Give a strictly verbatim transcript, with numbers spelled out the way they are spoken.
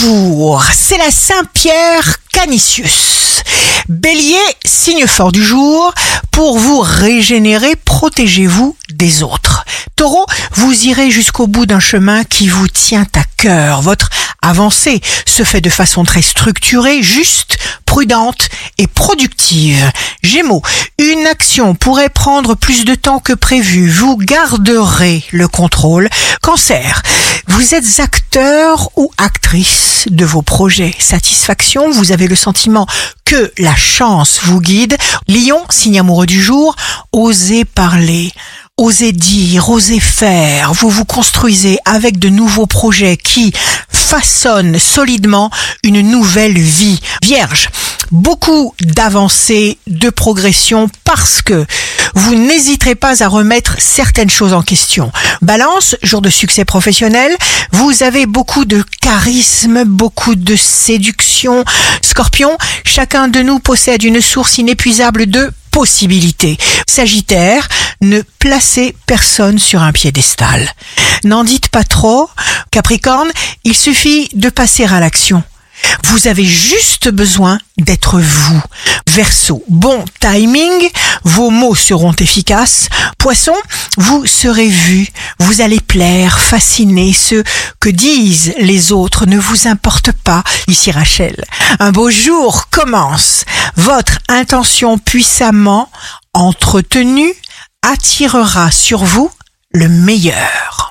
jour, c'est la Saint-Pierre Canisius. Bélier, signe fort du jour, pour vous régénérer, protégez-vous des autres. Taureau, vous irez jusqu'au bout d'un chemin qui vous tient à cœur. Votre avancée se fait de façon très structurée, juste, prudente et productive. Gémeaux, une action pourrait prendre plus de temps que prévu. Vous garderez le contrôle. Cancer, vous êtes acteur ou actrice de vos projets. Satisfaction, vous avez le sentiment que la chance vous guide. Lion, signe amoureux du jour, osez parler. Osez dire, osez faire, vous vous construisez avec de nouveaux projets qui façonnent solidement une nouvelle vie. Vierge, beaucoup d'avancées, de progression parce que vous n'hésiterez pas à remettre certaines choses en question. Balance, jour de succès professionnel, vous avez beaucoup de charisme, beaucoup de séduction. Scorpion, chacun de nous possède une source inépuisable de possibilités. Sagittaire, ne placez personne sur un piédestal. N'en dites pas trop. Capricorne, il suffit de passer à l'action. Vous avez juste besoin d'être vous. Verseau, bon timing, vos mots seront efficaces. Poisson, vous serez vu, vous allez plaire, fasciner. Ce que disent les autres ne vous importe pas. Ici Rachel, un beau jour commence. Votre intention puissamment entretenue attirera sur vous le meilleur.